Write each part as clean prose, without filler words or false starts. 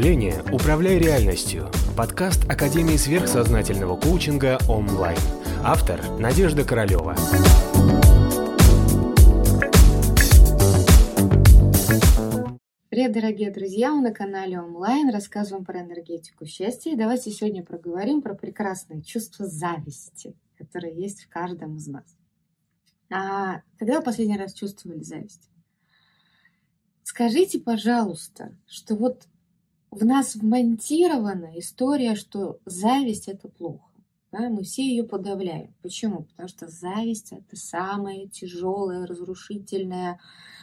мышления управляй реальностью. Подкаст Академии сверхсознательного коучинга онлайн. Автор Надежда Королева. Привет, дорогие друзья! Мы на канале онлайн рассказываем про энергетику счастья. И давайте сегодня проговорим про прекрасное чувство зависти, которое есть в каждом из нас. А когда вы последний раз чувствовали зависть? Скажите, пожалуйста, что вот в нас вмонтирована история, что зависть – это плохо. Да? Мы все ее подавляем. Почему? Потому что зависть – это самая тяжелая, разрушительная,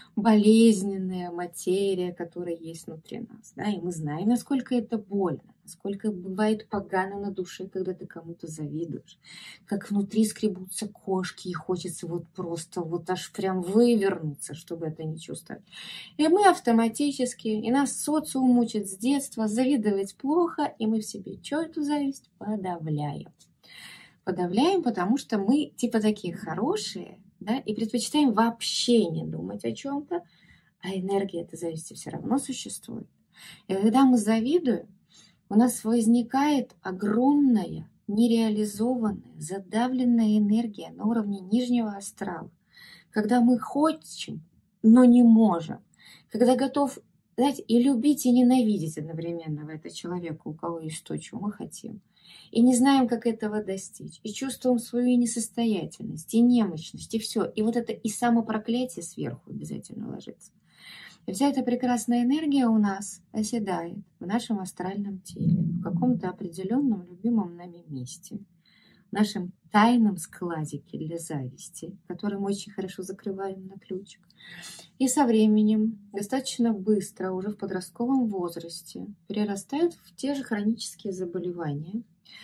болезненная материя, которая есть внутри нас. Да? И мы знаем, насколько это больно, насколько бывает погано на душе, когда ты кому-то завидуешь, как внутри скребутся кошки, и хочется вот просто вот аж прям вывернуться, чтобы это не чувствовать. И мы автоматически, и нас социум учит с детства, завидовать плохо, и мы в себе что эту зависть подавляем. Подавляем, потому что мы типа такие хорошие, да, и предпочитаем вообще не думать о чем-то, а энергия этой зависти все равно существует. И когда мы завидуем, у нас возникает огромная, нереализованная, задавленная энергия на уровне нижнего астрала. Когда мы хотим, но не можем. Когда готов, знаете, и любить, и ненавидеть одновременно в это человека, у кого есть то, чего мы хотим. И не знаем, как этого достичь. И чувствуем свою несостоятельность, и немощность, и все. И вот это и самопроклятие сверху обязательно ложится. И вся эта прекрасная энергия у нас оседает в нашем астральном теле, в каком-то определенном любимом нами месте, в нашем тайном складике для зависти, который мы очень хорошо закрываем на ключик. И со временем, достаточно быстро, уже в подростковом возрасте, перерастают в те же хронические заболевания,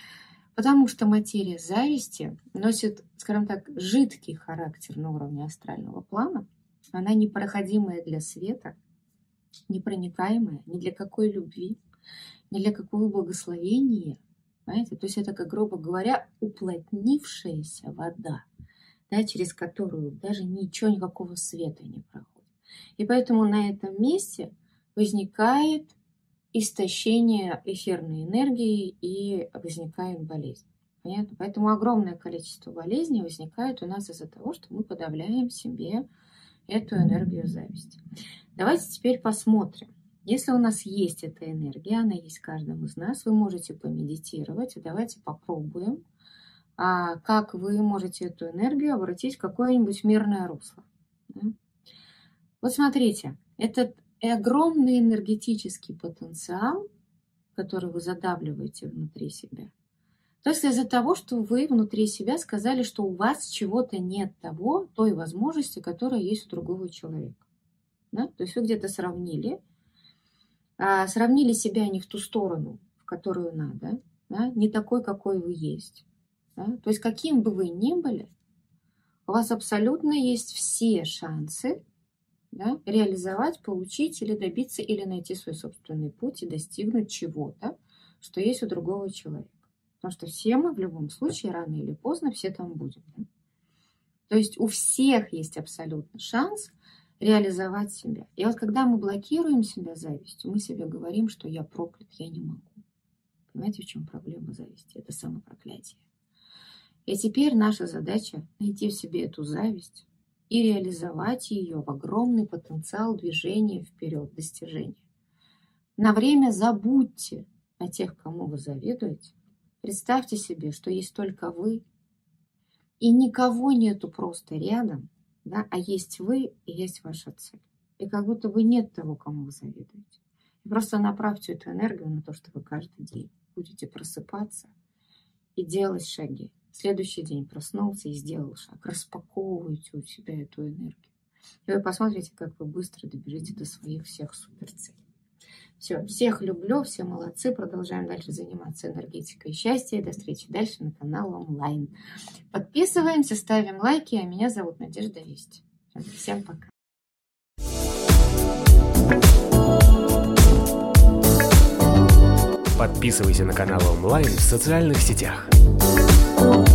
потому что материя зависти носит, скажем так, жидкий характер на уровне астрального плана. Она непроходимая для света, непроникаемая ни для какой любви, ни для какого благословения. Понимаете? То есть это, как грубо говоря, уплотнившаяся вода, да, через которую даже никакого света не проходит. И поэтому на этом месте возникает истощение эфирной энергии и возникает болезнь. Понятно? Поэтому огромное количество болезней возникает у нас из-за того, что мы подавляем в себе эту энергию зависти. Давайте теперь посмотрим. Если у нас есть эта энергия, она есть в каждом из нас, вы можете помедитировать. И давайте попробуем, как вы можете эту энергию обратить в какое-нибудь мирное русло. Вот смотрите, этот огромный энергетический потенциал, который вы задавливаете внутри себя. То есть из-за того, что вы внутри себя сказали, что у вас чего-то нет той возможности, которая есть у другого человека. Да? То есть вы где-то сравнили себя не в ту сторону, в которую надо, да? Не такой, какой вы есть. Да? То есть каким бы вы ни были, у вас абсолютно есть все шансы, да, реализовать, получить или добиться, или найти свой собственный путь и достигнуть чего-то, что есть у другого человека. Потому что все мы в любом случае, рано или поздно, все там будем. Да? То есть у всех есть абсолютно шанс реализовать себя. И вот когда мы блокируем себя завистью, мы себе говорим, что я проклят, я не могу. Понимаете, в чем проблема зависти? Это самопроклятие. И теперь наша задача найти в себе эту зависть и реализовать ее в огромный потенциал движения вперед, достижения. На время забудьте о тех, кому вы завидуете. Представьте себе, что есть только вы, и никого нету просто рядом, да, а есть вы и есть ваша цель. И как будто бы нет того, кому вы завидуете. И просто направьте эту энергию на то, что вы каждый день будете просыпаться и делать шаги. Следующий день проснулся и сделал шаг. Распаковывайте у себя эту энергию. И вы посмотрите, как вы быстро добежите до своих всех суперцелей. Все, всех люблю, все молодцы. Продолжаем дальше заниматься энергетикой счастья. До встречи дальше на канале онлайн. Подписываемся, ставим лайки. А меня зовут Надежда Весть. Всем пока. Подписывайся на канал онлайн в социальных сетях.